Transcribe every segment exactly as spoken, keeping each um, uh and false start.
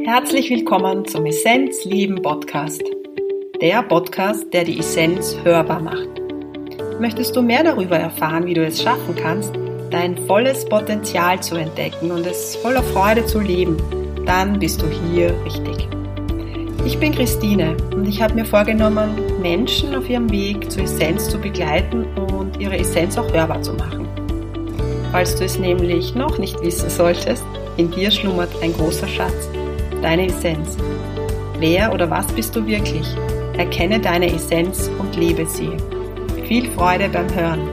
Herzlich willkommen zum Essenz Leben Podcast. Der Podcast, der die Essenz hörbar macht. Möchtest du mehr darüber erfahren, wie du es schaffen kannst, dein volles Potenzial zu entdecken und es voller Freude zu leben, dann bist du hier richtig. Ich bin Christine und ich habe mir vorgenommen, Menschen auf ihrem Weg zur Essenz zu begleiten und ihre Essenz auch hörbar zu machen. Falls du es nämlich noch nicht wissen solltest, in dir schlummert ein großer Schatz, deine Essenz. Wer oder was bist du wirklich? Erkenne deine Essenz und lebe sie. Viel Freude beim Hören.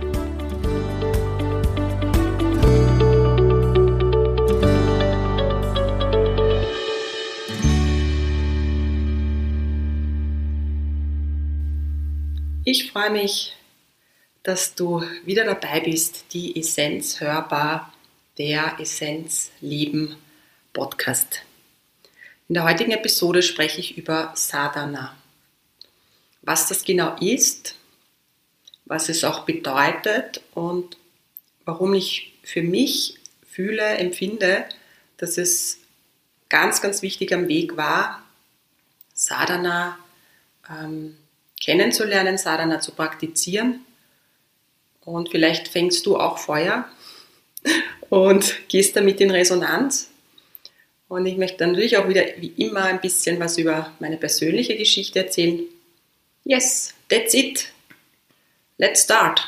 Ich freue mich, dass du wieder dabei bist, die Essenz hörbar, der Essenz Leben Podcast. In der heutigen Episode spreche ich über Sadhana. Was das genau ist, was es auch bedeutet und warum ich für mich fühle, empfinde, dass es ganz, ganz wichtig am Weg war, Sadhana ähm, kennenzulernen, Sadhana zu praktizieren. Und vielleicht fängst du auch Feuer und gehst damit in Resonanz. Und ich möchte natürlich auch wieder wie immer ein bisschen was über meine persönliche Geschichte erzählen. Yes, that's it. Let's start.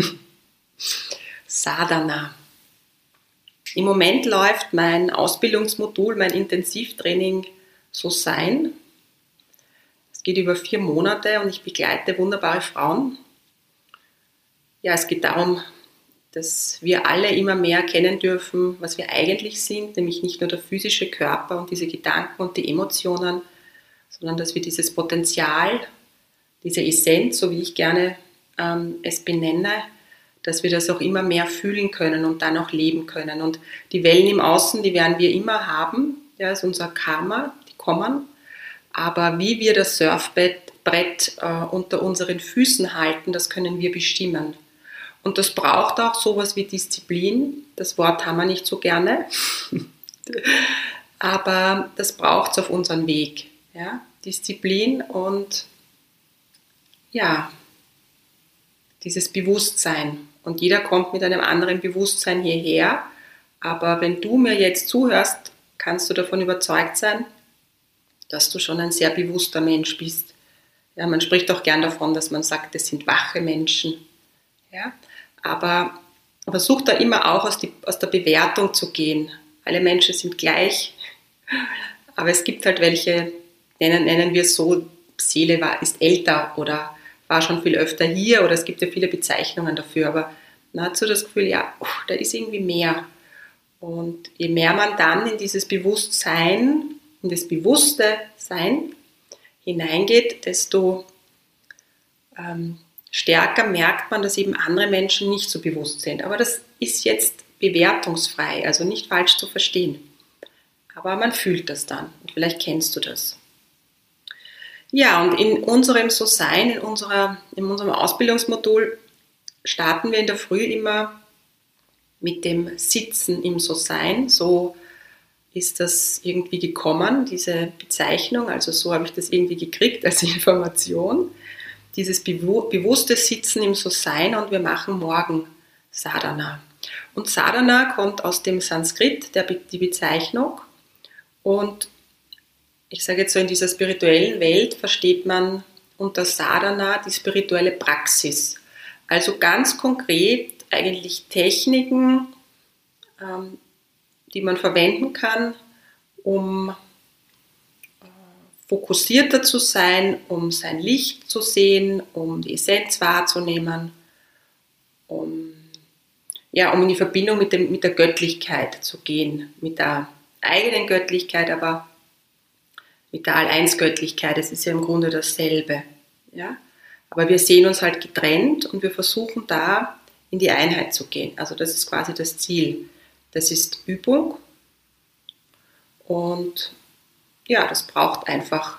Sadhana. Im Moment läuft mein Ausbildungsmodul, mein Intensivtraining So Sein. Es geht über vier Monate und ich begleite wunderbare Frauen. Ja, es geht darum, dass wir alle immer mehr erkennen dürfen, was wir eigentlich sind, nämlich nicht nur der physische Körper und diese Gedanken und die Emotionen, sondern dass wir dieses Potenzial, diese Essenz, so wie ich gerne ähm, es benenne, dass wir das auch immer mehr fühlen können und dann auch leben können. Und die Wellen im Außen, die werden wir immer haben, ja, das ist unser Karma, die kommen. Aber wie wir das Surfbrett äh, unter unseren Füßen halten, das können wir bestimmen. Und das braucht auch sowas wie Disziplin. Das Wort haben wir nicht so gerne. Aber das braucht es auf unserem Weg. Ja? Disziplin und ja, dieses Bewusstsein. Und jeder kommt mit einem anderen Bewusstsein hierher. Aber wenn du mir jetzt zuhörst, kannst du davon überzeugt sein, dass du schon ein sehr bewusster Mensch bist. Ja, man spricht auch gern davon, dass man sagt, das sind wache Menschen. Ja? Aber versuch da immer auch aus, die, aus der Bewertung zu gehen. Alle Menschen sind gleich, aber es gibt halt welche, nennen, nennen wir es so, Seele war, ist älter oder war schon viel öfter hier oder es gibt ja viele Bezeichnungen dafür, aber man hat so das Gefühl, ja, oh, da ist irgendwie mehr. Und je mehr man dann in dieses Bewusstsein, in das bewusste Sein hineingeht, desto ähm, stärker merkt man, dass eben andere Menschen nicht so bewusst sind. Aber das ist jetzt bewertungsfrei, also nicht falsch zu verstehen. Aber man fühlt das dann und vielleicht kennst du das. Ja, und in unserem So-Sein, in, unserer, in unserem Ausbildungsmodul starten wir in der Früh immer mit dem Sitzen im So-Sein. So ist das irgendwie gekommen, diese Bezeichnung, also so habe ich das irgendwie gekriegt als Information. Dieses bewusste Sitzen im So-Sein und wir machen morgen Sadhana. Und Sadhana kommt aus dem Sanskrit, der, die Bezeichnung. Und ich sage jetzt so, in dieser spirituellen Welt versteht man unter Sadhana die spirituelle Praxis. Also ganz konkret eigentlich Techniken, ähm, die man verwenden kann, um fokussierter zu sein, um sein Licht zu sehen, um die Essenz wahrzunehmen, um, ja, um in die Verbindung mit, dem, mit der Göttlichkeit zu gehen, mit der eigenen Göttlichkeit, aber mit der All-Eins-Göttlichkeit. Es ist ja im Grunde dasselbe. Ja? Aber wir sehen uns halt getrennt und wir versuchen da in die Einheit zu gehen. Also das ist quasi das Ziel. Das ist Übung und ja, das braucht einfach,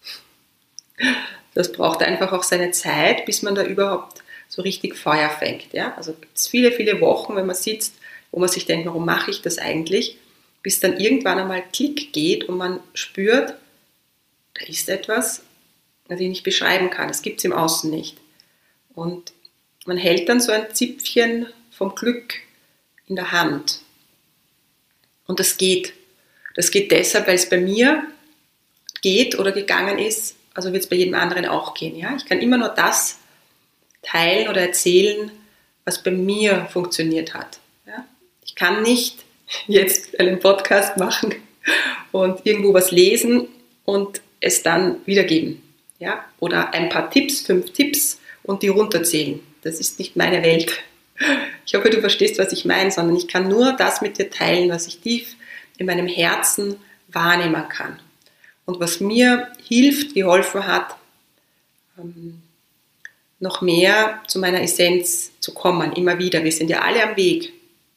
das braucht einfach auch seine Zeit, bis man da überhaupt so richtig Feuer fängt. Ja? Also gibt es viele, viele Wochen, wenn man sitzt, wo man sich denkt, warum mache ich das eigentlich, bis dann irgendwann einmal Klick geht und man spürt, da ist etwas, das ich nicht beschreiben kann. Das gibt es im Außen nicht. Und man hält dann so ein Zipfchen vom Glück in der Hand. Und das geht. Das geht deshalb, weil es bei mir geht oder gegangen ist, also wird es bei jedem anderen auch gehen. Ja? Ich kann immer nur das teilen oder erzählen, was bei mir funktioniert hat. Ja? Ich kann nicht jetzt einen Podcast machen und irgendwo was lesen und es dann wiedergeben. Ja? Oder ein paar Tipps, fünf Tipps und die runterzählen. Das ist nicht meine Welt. Ich hoffe, du verstehst, was ich meine, sondern ich kann nur das mit dir teilen, was ich tief in meinem Herzen wahrnehmen kann. Und was mir hilft, geholfen hat, noch mehr zu meiner Essenz zu kommen, immer wieder. Wir sind ja alle am Weg.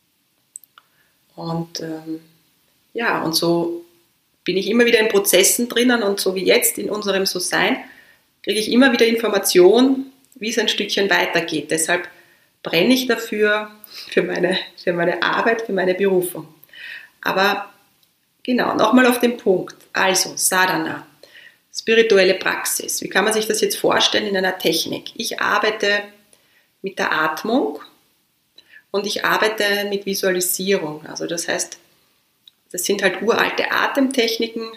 Und ähm, ja, und so bin ich immer wieder in Prozessen drinnen und so wie jetzt in unserem So-Sein, kriege ich immer wieder Informationen, wie es ein Stückchen weitergeht. Deshalb brenne ich dafür, für meine, für meine Arbeit, für meine Berufung. Aber genau, nochmal auf den Punkt. Also, Sadhana, spirituelle Praxis. Wie kann man sich das jetzt vorstellen in einer Technik? Ich arbeite mit der Atmung und ich arbeite mit Visualisierung. Also das heißt, das sind halt uralte Atemtechniken,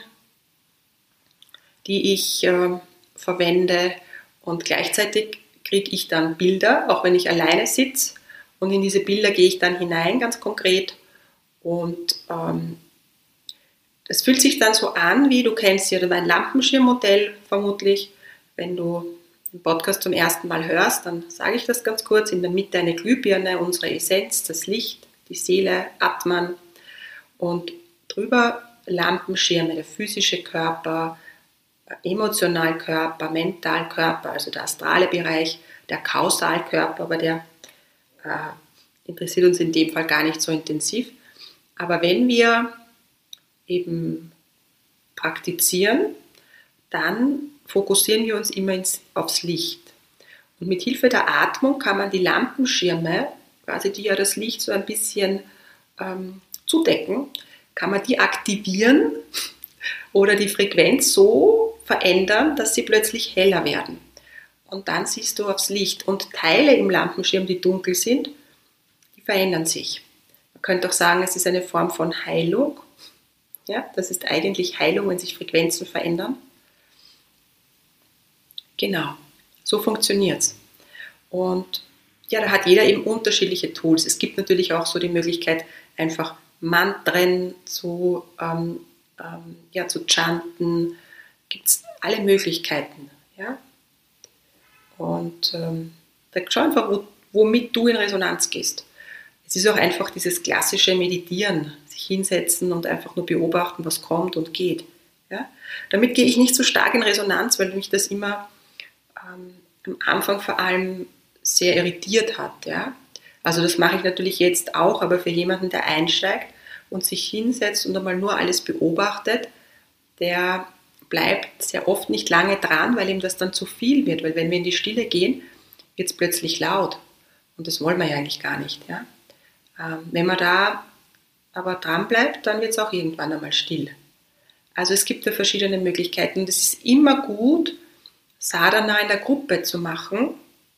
die ich äh, verwende und gleichzeitig kriege ich dann Bilder, auch wenn ich alleine sitze, und in diese Bilder gehe ich dann hinein, ganz konkret, und ähm, das fühlt sich dann so an, wie du kennst ja mein Lampenschirmmodell vermutlich. Wenn du den Podcast zum ersten Mal hörst, dann sage ich das ganz kurz. In der Mitte eine Glühbirne, unsere Essenz, das Licht, die Seele, Atman, und drüber Lampenschirme, der physische Körper, Emotionalkörper, Mentalkörper, also der astrale Bereich, der Kausalkörper, aber der äh, interessiert uns in dem Fall gar nicht so intensiv. Aber wenn wir eben praktizieren, dann fokussieren wir uns immer ins, aufs Licht. Und mit Hilfe der Atmung kann man die Lampenschirme, quasi die ja das Licht so ein bisschen ähm, zudecken, kann man die aktivieren oder die Frequenz so verändern, dass sie plötzlich heller werden. Und dann siehst du aufs Licht. Und Teile im Lampenschirm, die dunkel sind, die verändern sich. Man könnte auch sagen, es ist eine Form von Heilung. Ja, das ist eigentlich Heilung, wenn sich Frequenzen verändern. Genau, so funktioniert es. Und ja, da hat jeder eben unterschiedliche Tools. Es gibt natürlich auch so die Möglichkeit, einfach Mantren zu, ähm, ähm, ja, zu chanten. Gibt es alle Möglichkeiten. Ja? Und ähm, da schau einfach, wo, womit du in Resonanz gehst. Es ist auch einfach dieses klassische Meditieren, sich hinsetzen und einfach nur beobachten, was kommt und geht. Ja? Damit gehe ich nicht so stark in Resonanz, weil mich das immer ähm, am Anfang vor allem sehr irritiert hat. Ja? Also das mache ich natürlich jetzt auch, aber für jemanden, der einsteigt und sich hinsetzt und einmal nur alles beobachtet, der bleibt sehr oft nicht lange dran, weil ihm das dann zu viel wird. Weil wenn wir in die Stille gehen, wird es plötzlich laut. Und das wollen wir ja eigentlich gar nicht. Ja? Ähm, wenn man da aber dran bleibt, dann wird es auch irgendwann einmal still. Also es gibt da verschiedene Möglichkeiten. Es ist immer gut, Sadhana in der Gruppe zu machen,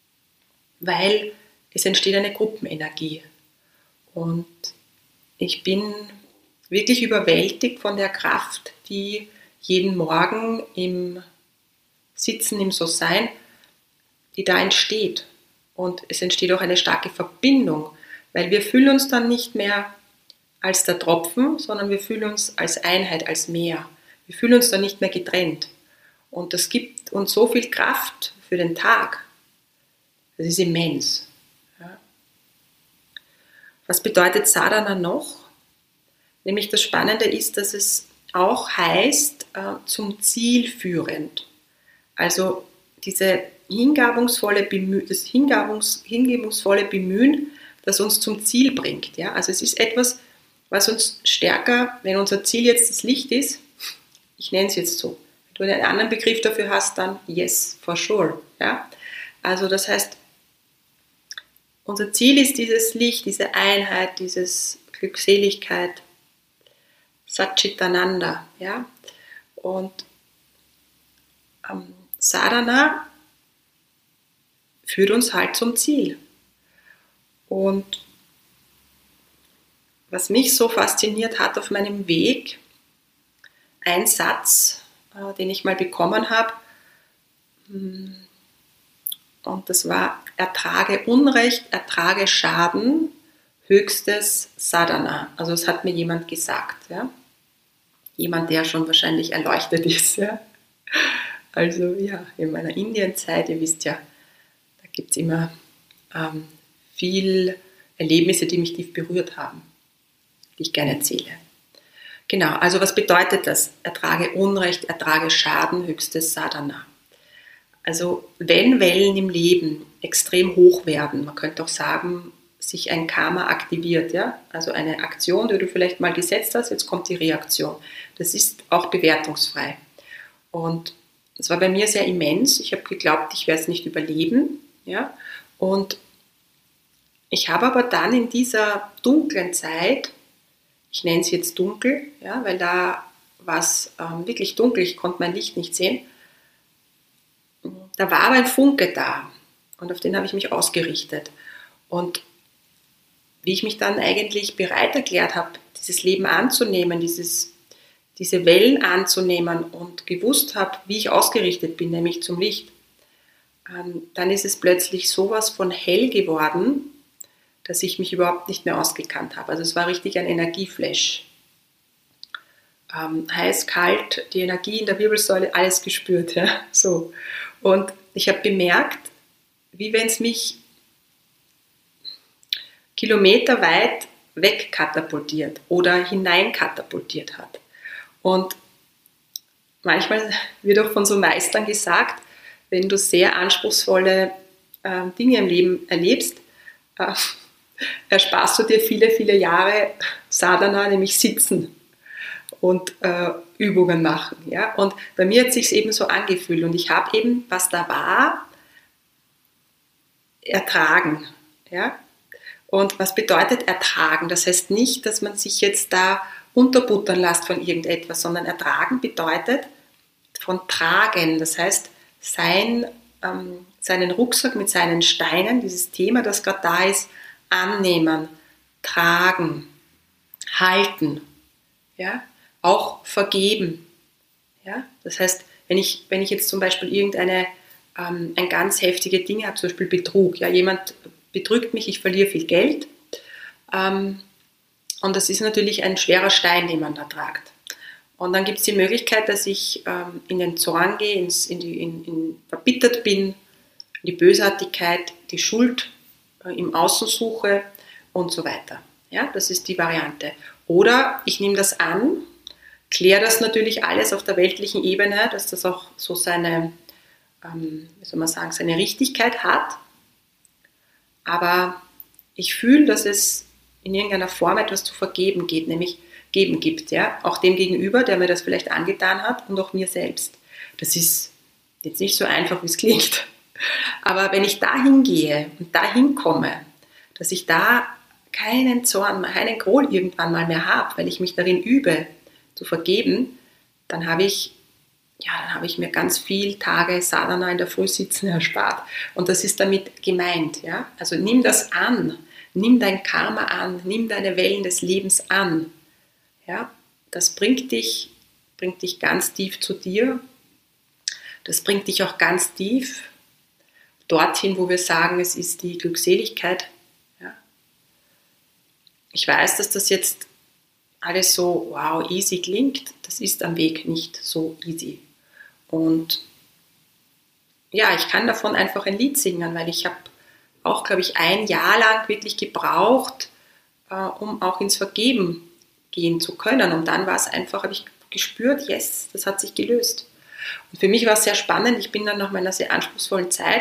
weil es entsteht eine Gruppenenergie. Und ich bin wirklich überwältigt von der Kraft, die jeden Morgen im Sitzen, im So-Sein, die da entsteht. Und es entsteht auch eine starke Verbindung, weil wir fühlen uns dann nicht mehr als der Tropfen, sondern wir fühlen uns als Einheit, als Meer. Wir fühlen uns dann nicht mehr getrennt. Und das gibt uns so viel Kraft für den Tag. Das ist immens. Ja. Was bedeutet Sadhana noch? Nämlich das Spannende ist, dass es auch heißt, äh, zum Ziel führend. Also diese hingabungsvolle Bemühen, das Hingabungs, hingebungsvolle Bemühen, das uns zum Ziel bringt. Ja? Also es ist etwas, was uns stärker, wenn unser Ziel jetzt das Licht ist, ich nenne es jetzt so, wenn du einen anderen Begriff dafür hast, dann yes, for sure. Ja? Also das heißt, unser Ziel ist dieses Licht, diese Einheit, diese Glückseligkeit. Satchitananda. Ja? Und ähm, Sadhana führt uns halt zum Ziel. Und was mich so fasziniert hat auf meinem Weg, ein Satz, äh, den ich mal bekommen habe, und das war: Ertrage Unrecht, ertrage Schaden, höchstes Sadhana. Also das hat mir jemand gesagt. Ja? Jemand, der schon wahrscheinlich erleuchtet ist. Ja? Also ja, in meiner Indienzeit, ihr wisst ja, da gibt es immer ähm, viel Erlebnisse, die mich tief berührt haben, die ich gerne erzähle. Genau, also was bedeutet das? Ertrage Unrecht, ertrage Schaden, höchstes Sadhana. Also wenn Wellen im Leben extrem hoch werden, man könnte auch sagen, sich ein Karma aktiviert, ja? Also eine Aktion, die du vielleicht mal gesetzt hast, jetzt kommt die Reaktion. Das ist auch bewertungsfrei. Und das war bei mir sehr immens. Ich habe geglaubt, ich werde es nicht überleben. Ja? Und ich habe aber dann in dieser dunklen Zeit, ich nenne es jetzt dunkel, ja, weil da war es ähm, wirklich dunkel, ich konnte mein Licht nicht sehen, da war aber ein Funke da und auf den habe ich mich ausgerichtet. Und wie ich mich dann eigentlich bereit erklärt habe, dieses Leben anzunehmen, dieses, diese Wellen anzunehmen und gewusst habe, wie ich ausgerichtet bin, nämlich zum Licht, ähm, dann ist es plötzlich sowas von hell geworden, dass ich mich überhaupt nicht mehr ausgekannt habe. Also es war richtig ein Energieflash. Ähm, heiß, kalt, die Energie in der Wirbelsäule, alles gespürt. Ja? So. Und ich habe bemerkt, wie wenn es mich kilometerweit wegkatapultiert oder hineinkatapultiert hat. Und manchmal wird auch von so Meistern gesagt, wenn du sehr anspruchsvolle äh, Dinge im Leben erlebst, äh, ersparst du dir viele, viele Jahre Sadhana, nämlich sitzen und äh, Übungen machen. Ja? Und bei mir hat es sich eben so angefühlt und ich habe eben, was da war, ertragen. Ja? Und was bedeutet ertragen? Das heißt nicht, dass man sich jetzt da unterbuttern lässt von irgendetwas, sondern ertragen bedeutet von tragen. Das heißt, sein, ähm, seinen Rucksack mit seinen Steinen, dieses Thema, das gerade da ist, annehmen, tragen, halten, ja? Auch vergeben. Ja? Das heißt, wenn ich, wenn ich jetzt zum Beispiel irgendeine ähm, ein ganz heftige Dinge habe, zum Beispiel Betrug, ja? Jemand betrügt mich, ich verliere viel Geld ähm, und das ist natürlich ein schwerer Stein, den man da tragt. Und dann gibt es die Möglichkeit, dass ich ähm, in den Zorn gehe, ins, in die, in, in, verbittert bin, in die Bösartigkeit, die Schuld äh, im Außen suche und so weiter. Ja, das ist die Variante. Oder ich nehme das an, kläre das natürlich alles auf der weltlichen Ebene, dass das auch so seine, ähm, wie soll man sagen, seine Richtigkeit hat. Aber ich fühle, dass es in irgendeiner Form etwas zu vergeben geht, nämlich geben gibt, ja, auch dem Gegenüber, der mir das vielleicht angetan hat und auch mir selbst. Das ist jetzt nicht so einfach, wie es klingt. Aber wenn ich da hingehe und da hinkomme, dass ich da keinen Zorn, keinen Groll irgendwann mal mehr habe, weil ich mich darin übe, zu vergeben, dann habe ich, ja, dann habe ich mir ganz viel Tage Sadhana in der Früh sitzen erspart. Und das ist damit gemeint, ja. Also nimm das an, nimm dein Karma an, nimm deine Wellen des Lebens an. Ja, das bringt dich, bringt dich ganz tief zu dir. Das bringt dich auch ganz tief dorthin, wo wir sagen, es ist die Glückseligkeit. Ja. Ich weiß, dass das jetzt alles so wow, easy klingt. Das ist am Weg nicht so easy. Und ja, ich kann davon einfach ein Lied singen, weil ich habe auch, glaube ich, ein Jahr lang wirklich gebraucht, äh, um auch ins Vergeben gehen zu können. Und dann war es einfach, habe ich gespürt, yes, das hat sich gelöst. Und für mich war es sehr spannend. Ich bin dann nach meiner sehr anspruchsvollen Zeit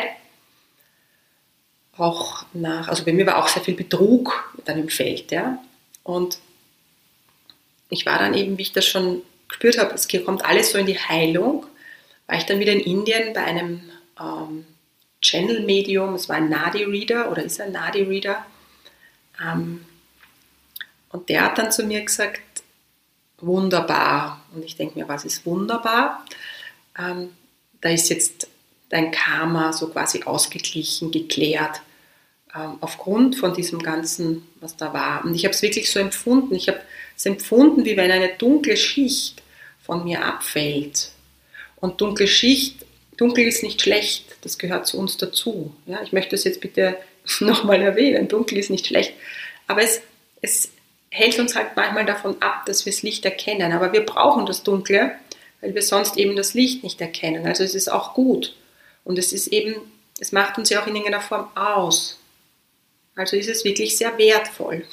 auch nach, also bei mir war auch sehr viel Betrug dann im Feld, ja. Und ich war dann eben, wie ich das schon gespürt habe, es kommt alles so in die Heilung, war ich dann wieder in Indien bei einem ähm, Channel-Medium, es war ein Nadi-Reader oder ist ein Nadi-Reader, ähm, und der hat dann zu mir gesagt, wunderbar. Und ich denke mir, was ist wunderbar? Ähm, da ist jetzt dein Karma so quasi ausgeglichen, geklärt, ähm, aufgrund von diesem Ganzen, was da war. Und ich habe es wirklich so empfunden. Ich habe es empfunden, wie wenn eine dunkle Schicht von mir abfällt. Und dunkle Schicht, dunkel ist nicht schlecht, das gehört zu uns dazu. Ja, ich möchte das jetzt bitte nochmal erwähnen, dunkel ist nicht schlecht. Aber es, es hält uns halt manchmal davon ab, dass wir das Licht erkennen. Aber wir brauchen das Dunkle, weil wir sonst eben das Licht nicht erkennen. Also es ist auch gut. Und es ist eben, es macht uns ja auch in irgendeiner Form aus. Also ist es wirklich sehr wertvoll.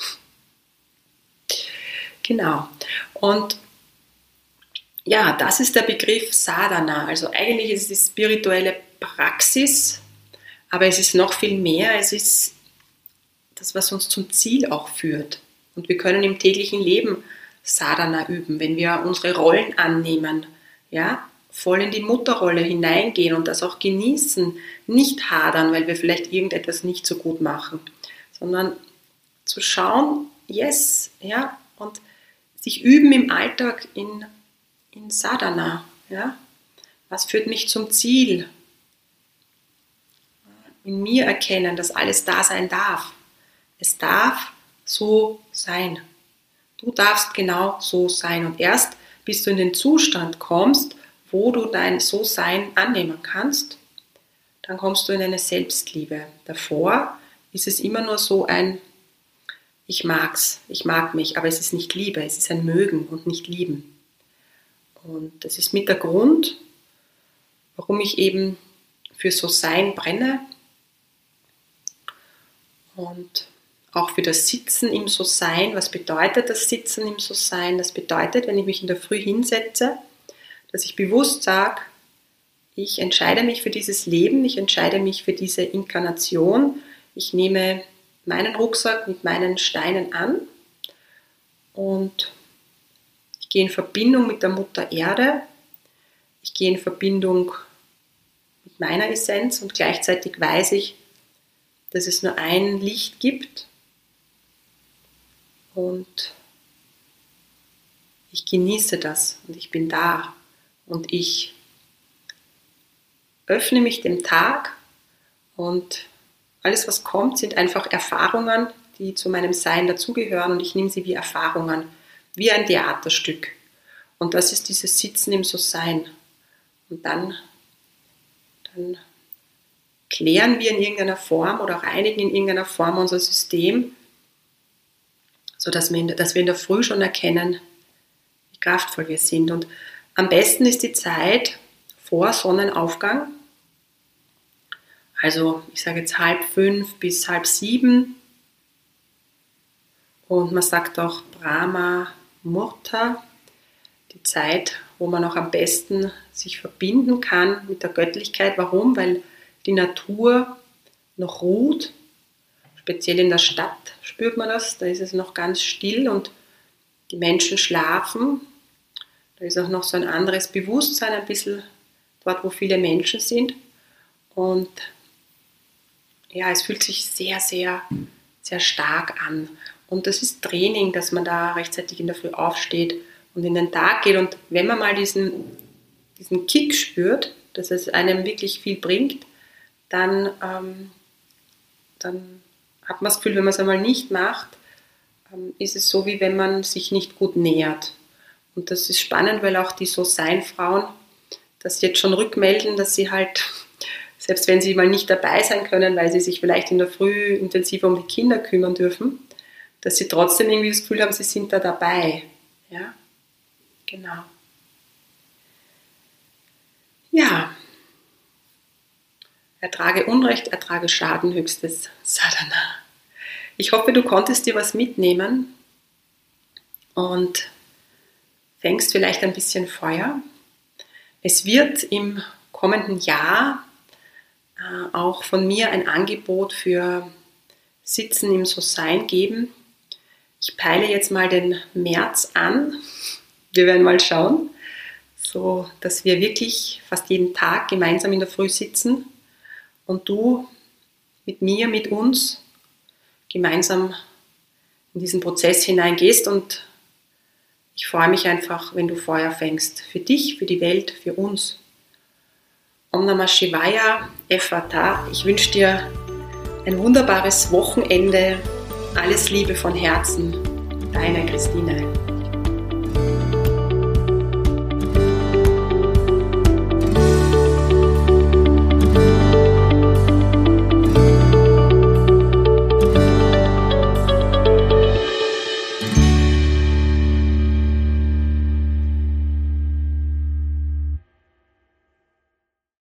Genau. Und ja, das ist der Begriff Sadhana. Also eigentlich ist es die spirituelle Praxis, aber es ist noch viel mehr. Es ist das, was uns zum Ziel auch führt. Und wir können im täglichen Leben Sadhana üben, wenn wir unsere Rollen annehmen, ja, voll in die Mutterrolle hineingehen und das auch genießen, nicht hadern, weil wir vielleicht irgendetwas nicht so gut machen, sondern zu schauen, yes, ja, und sich üben im Alltag in, in Sadhana, ja, was führt mich zum Ziel, in mir erkennen, dass alles da sein darf. Es darf so sein. Du darfst genau so sein. Und erst bis du in den Zustand kommst, wo du dein So-Sein annehmen kannst, dann kommst du in eine Selbstliebe. Davor ist es immer nur so ein Ich mag's, ich mag mich, aber es ist nicht Liebe, es ist ein Mögen und nicht Lieben. Und das ist mit der Grund, warum ich eben für So-Sein brenne und auch für das Sitzen im So-Sein. Was bedeutet das Sitzen im So-Sein? Das bedeutet, wenn ich mich in der Früh hinsetze, dass ich bewusst sage, ich entscheide mich für dieses Leben, ich entscheide mich für diese Inkarnation, ich nehme meinen Rucksack mit meinen Steinen an und ich gehe in Verbindung mit der Mutter Erde, ich gehe in Verbindung mit meiner Essenz und gleichzeitig weiß ich, dass es nur ein Licht gibt und ich genieße das und ich bin da und ich öffne mich dem Tag und alles, was kommt, sind einfach Erfahrungen, die zu meinem Sein dazugehören und ich nehme sie wie Erfahrungen, wie ein Theaterstück. Und das ist dieses Sitzen im So-Sein. Und dann, dann klären wir in irgendeiner Form oder reinigen in irgendeiner Form unser System, sodass wir in der, dass wir in der Früh schon erkennen, wie kraftvoll wir sind. Und am besten ist die Zeit vor Sonnenaufgang. Also ich sage jetzt halb fünf bis halb sieben. Und man sagt auch Brahma Murta, die Zeit, wo man auch am besten sich verbinden kann mit der Göttlichkeit. Warum? Weil die Natur noch ruht. Speziell in der Stadt spürt man das. Da ist es noch ganz still und die Menschen schlafen. Da ist auch noch so ein anderes Bewusstsein, ein bisschen dort, wo viele Menschen sind. Und ja, es fühlt sich sehr, sehr, sehr stark an. Und das ist Training, dass man da rechtzeitig in der Früh aufsteht und in den Tag geht. Und wenn man mal diesen, diesen Kick spürt, dass es einem wirklich viel bringt, dann, ähm, dann hat man das Gefühl, wenn man es einmal nicht macht, ähm, ist es so, wie wenn man sich nicht gut nährt. Und das ist spannend, weil auch die So-Sein-Frauen das jetzt schon rückmelden, dass sie halt, selbst wenn sie mal nicht dabei sein können, weil sie sich vielleicht in der Früh intensiver um die Kinder kümmern dürfen, dass sie trotzdem irgendwie das Gefühl haben, sie sind da dabei. Ja, genau. Ja, ertrage Unrecht, ertrage Schaden, höchstes Sadhana. Ich hoffe, du konntest dir was mitnehmen und fängst vielleicht ein bisschen Feuer. Es wird im kommenden Jahr äh, auch von mir ein Angebot für Sitzen im So-Sein geben. Ich peile jetzt mal den März an. Wir werden mal schauen, so dass wir wirklich fast jeden Tag gemeinsam in der Früh sitzen und du mit mir, mit uns gemeinsam in diesen Prozess hineingehst. Und ich freue mich einfach, wenn du Feuer fängst. Für dich, für die Welt, für uns. Om Namah Shivaya, Effata. Ich wünsche dir ein wunderbares Wochenende. Alles Liebe von Herzen. Deine Christine.